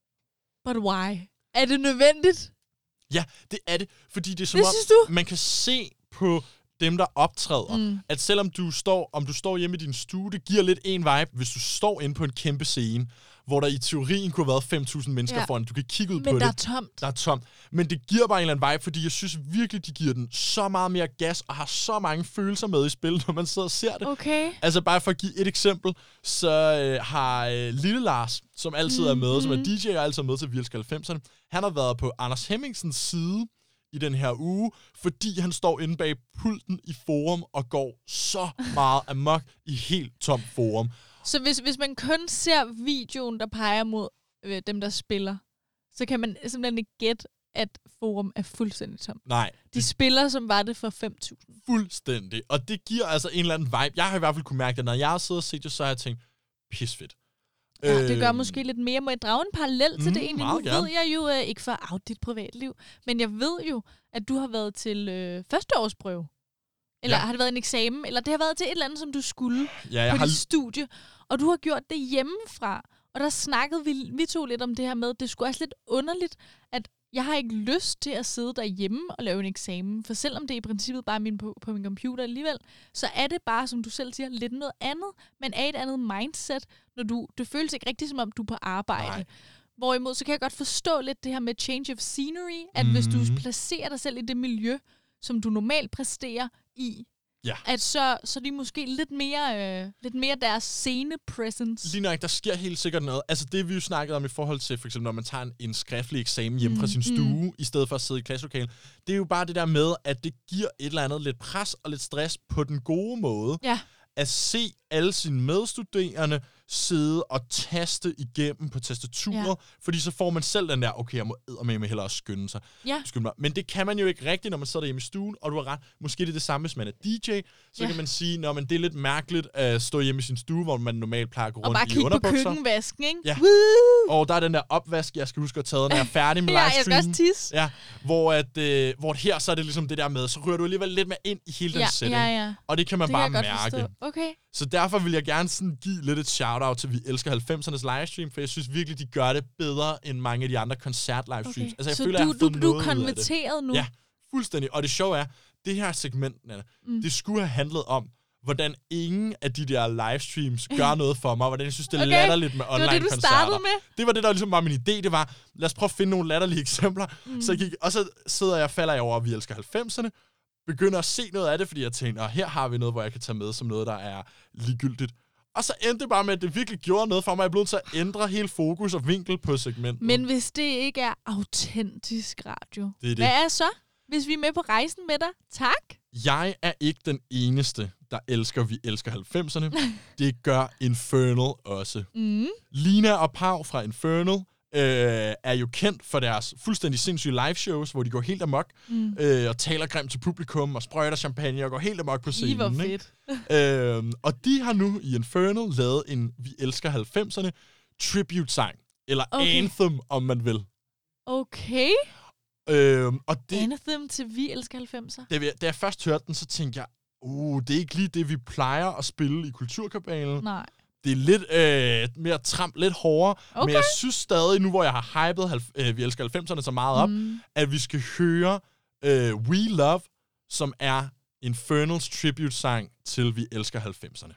but why? Er det nødvendigt? Ja, det er det, fordi det er som om, man kan se på dem, der optræder, at selvom du står hjemme i din stue, det giver lidt en vibe, hvis du står inde på en kæmpe scene, hvor der i teorien kunne have været 5.000 mennesker foran. Du kan kigge ud på det. Men der er tomt. Men det giver bare en eller anden vibe, fordi jeg synes virkelig, de giver den så meget mere gas, og har så mange følelser med i spil, når man sidder og ser det. Okay. Altså bare for at give et eksempel, så har Lille Lars, som altid er med, som er DJ og altid er med til Vi elsker 90'erne, han har været på Anders Hemmingsens side i den her uge, fordi han står inde bag pulten i Forum og går så meget amok i helt tom Forum. Så hvis man kun ser videoen, der peger mod dem, der spiller, så kan man simpelthen ikke gætte, at Forum er fuldstændig tom. Nej. De spiller, som var det for 5.000. Fuldstændig. Og det giver altså en eller anden vibe. Jeg har i hvert fald kunne mærke det, når jeg har siddet og set det, så har jeg tænkt, pisfedt. Ja, det gør måske lidt mere. Må jeg drage en parallel til det egentlig? Nu gerne. ved jeg jo, ikke for at out dit privatliv, men jeg ved jo, at du har været til førsteårsprøve. Eller har det været en eksamen? Eller det har været til et eller andet, som du skulle på dit studie. Og du har gjort det hjemmefra. Og der snakkede vi to lidt om det her med, det skulle også lidt underligt, at jeg har ikke lyst til at sidde derhjemme og lave en eksamen. For selvom det i princippet bare er på min computer alligevel, så er det bare, som du selv siger, lidt noget andet. Man er et andet mindset, når det føles ikke rigtigt, som om du er på arbejde. Nej. Hvorimod, så kan jeg godt forstå lidt det her med change of scenery, at hvis du placerer dig selv i det miljø, som du normalt præsterer i, at så er de måske lidt mere deres scene-presence. Lige nok, der sker helt sikkert noget. Altså det, vi jo snakkede om i forhold til, for eksempel, når man tager en skriftlig eksamen hjemme fra sin stue, i stedet for at sidde i klasselokalet, det er jo bare det der med, at det giver et eller andet lidt pres og lidt stress på den gode måde. Ja. At se alle sine medstuderende sidde og taste igennem på tastaturet, fordi så får man selv den der, okay, jeg må eddermame hellere skynde sig. Ja. Men det kan man jo ikke rigtigt, når man sidder hjemme i stuen, og du har ret. Måske det er det samme, hvis man er DJ, så kan man sige, men det er lidt mærkeligt at stå hjemme i sin stue, hvor man normalt plejer at gå rundt i underbukser. Og bare kigge på køkkenvasken, ikke? Ja. Og der er den der opvask, jeg skal huske at tage, når jeg er færdig med livestream. Jeg skal også tisse. Ja, hvor her så er det ligesom det der med, så rører du alligevel lidt mere ind i hele den setting. Ja. Og det kan man bare mærke. Okay. Så derfor vil jeg gerne sådan give lidt et shout-out til Vi elsker 90'ernes livestream, for jeg synes virkelig, de gør det bedre end mange af de andre koncert-livestreams. Okay. Altså, jeg så føler, du er konverteret nu? Ja, fuldstændig. Og det sjove er, det her segment, Nana, det skulle have handlet om, hvordan ingen af de der livestreams gør noget for mig, hvordan jeg synes, det er latterligt med online-koncerter. Det startede med? Det var det, der ligesom var min idé. Det var, lad os prøve at finde nogle latterlige eksempler. Og så sidder jeg og falder over, Vi elsker 90'erne, begynder at se noget af det, fordi jeg tænker, her har vi noget, hvor jeg kan tage med som noget, der er ligegyldigt. Og så endte det bare med, at det virkelig gjorde noget for mig. Jeg blev nødt til at ændre hele fokus og vinkel på segmentet. Men hvis det ikke er autentisk radio, det er det. Hvad er så? Hvis vi er med på rejsen med dig, tak. Jeg er ikke den eneste, der elsker Vi elsker 90'erne. Det gør Infernal også. Lina og Pau fra Infernal er jo kendt for deres fuldstændig sindssyge live-shows, hvor de går helt amok og taler grimt til publikum og sprøjter champagne og går helt amok på scenen. Det var fedt. Og de har nu i Infernal lavet en Vi elsker 90'erne tribute-sang. Eller anthem, om man vil. Okay. Og det, anthem til Vi elsker 90'er? Da jeg først hørte den, så tænkte jeg, det er ikke lige det, vi plejer at spille i Kulturkabalen. Nej. Det er lidt mere tramp, lidt hårdere. Okay. Men jeg synes stadig, nu hvor jeg har hypet Vi elsker 90'erne så meget op, at vi skal høre We Love, som er Infernals tribute-sang til Vi elsker 90'erne.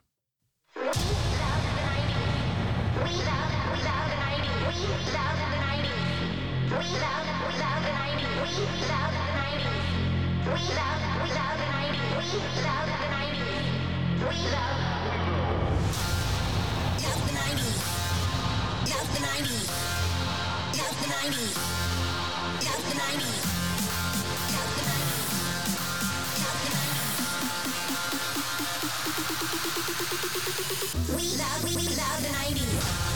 We love the 90s.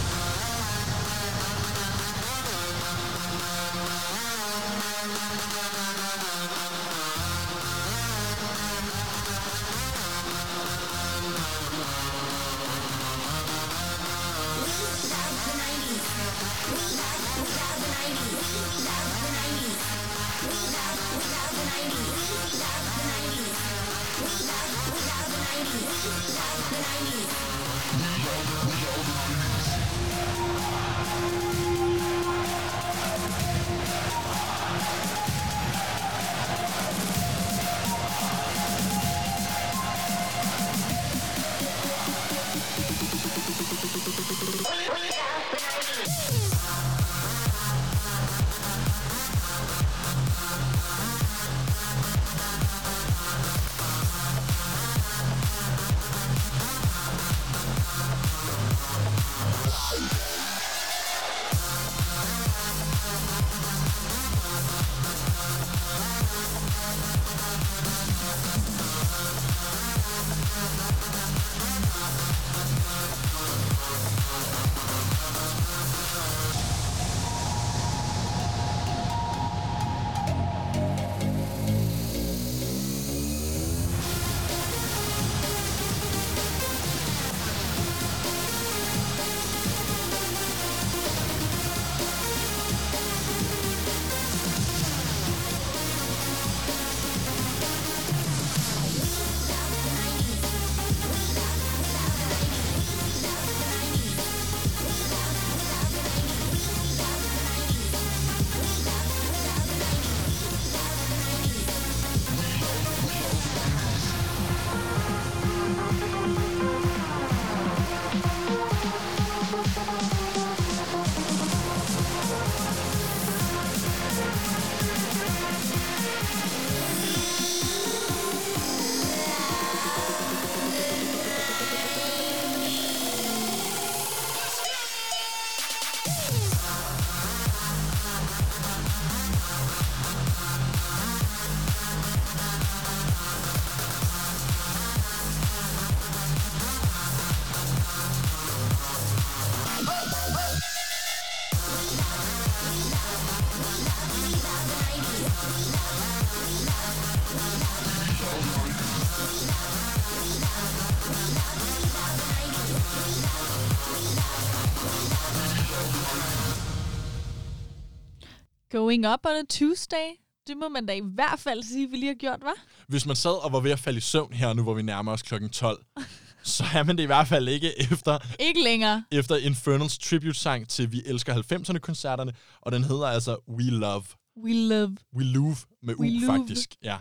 Going up on a Tuesday. Det må man da i hvert fald sige, vi lige har gjort, hva'? Hvis man sad og var ved at falde i søvn her nu, hvor vi nærmer os klokken 12, så er man det i hvert fald ikke efter... Ikke længere. Efter Infernals tribute-sang til Vi elsker 90'erne-koncerterne, og den hedder altså We Love. We Love. We Love med We U, love. faktisk. Ja.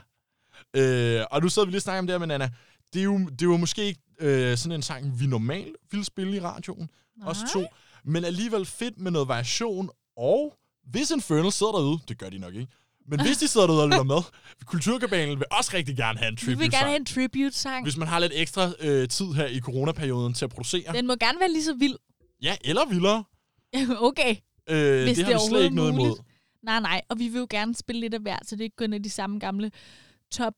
Og nu sidder vi lige og snakker om det her med Nana. Det er jo måske ikke sådan en sang, vi normalt ville spille i radioen. Nej. Os to. Men alligevel fedt med noget variation. Og hvis Infernal sidder derude, det gør de nok ikke, men hvis de sidder derude og lytter med, Kulturkabalen vil også rigtig gerne have en Vi vil tribute-sang. gerne have en tribute-sang. Hvis man har lidt ekstra tid her i coronaperioden til at producere. Den må gerne være lige så vild. Ja, eller vildere. Okay. Hvis det har vi slet ikke noget imod. Nej, og vi vil jo gerne spille lidt af hvert, så det er ikke kun af de samme gamle top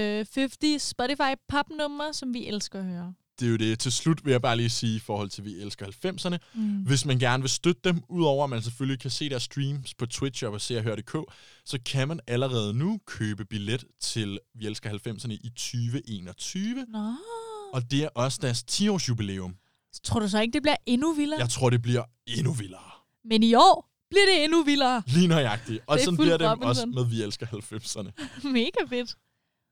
50 Spotify popnumre, som vi elsker at høre. Det er jo det. Til slut vil jeg bare lige sige i forhold til Vi elsker 90'erne. Hvis man gerne vil støtte dem, udover at man selvfølgelig kan se deres streams på Twitch og se og høre.dk, så kan man allerede nu købe billet til Vi elsker 90'erne i 2021. Nå. Og det er også deres 10-års jubilæum. Tror du så ikke, det bliver endnu vildere? Jeg tror, det bliver endnu vildere. Men i år bliver det endnu vildere. Lige nøjagtigt. Og Det er sådan fuld bliver det Robinson. også med Vi elsker 90'erne. Mega fedt.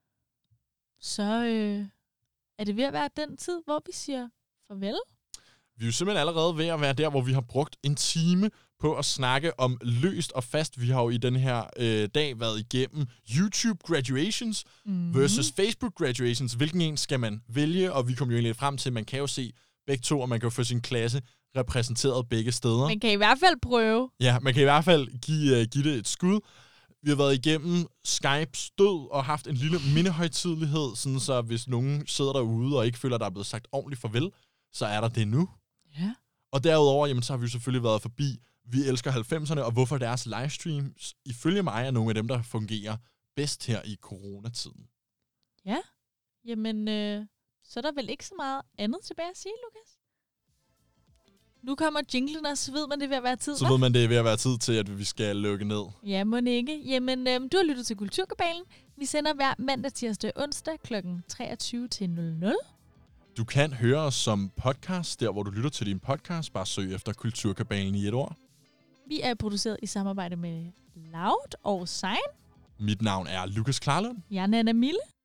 Så er det ved at være den tid, hvor vi siger farvel. Vi er jo simpelthen allerede ved at være der, hvor vi har brugt en time på at snakke om løst og fast. Vi har jo i den her dag været igennem YouTube graduations versus Facebook graduations. Hvilken en skal man vælge? Og vi kom jo egentlig frem til, at man kan jo se begge to, og man kan jo få sin klasse repræsenteret begge steder. Man kan i hvert fald prøve. Ja, man kan i hvert fald give det et skud. Vi har været igennem Skypes død og haft en lille mindehøjtidelighed, sådan så hvis nogen sidder derude og ikke føler, at der er blevet sagt ordentligt farvel, så er der det nu. Ja. Og derudover, jamen, så har vi jo selvfølgelig været forbi, vi elsker 90'erne, og hvorfor deres livestreams, ifølge mig, er nogle af dem, der fungerer bedst her i coronatiden. Ja, jamen, så er der vel ikke så meget andet tilbage at sige, Lukas? Nu kommer jinglen, og så ved man, det er ved at være tid, Så ved man, det er ved at være tid til, at vi skal lukke ned. Ja, må ikke. Jamen, du har lyttet til Kulturkabalen. Vi sender hver mandag, tirsdag og onsdag kl. 23:00. Du kan høre os som podcast, der hvor du lytter til din podcast. Bare søg efter Kulturkabalen i et ord. Vi er produceret i samarbejde med Loud og Sign. Mit navn er Lukas Klarlund. Jeg er Nana Mille.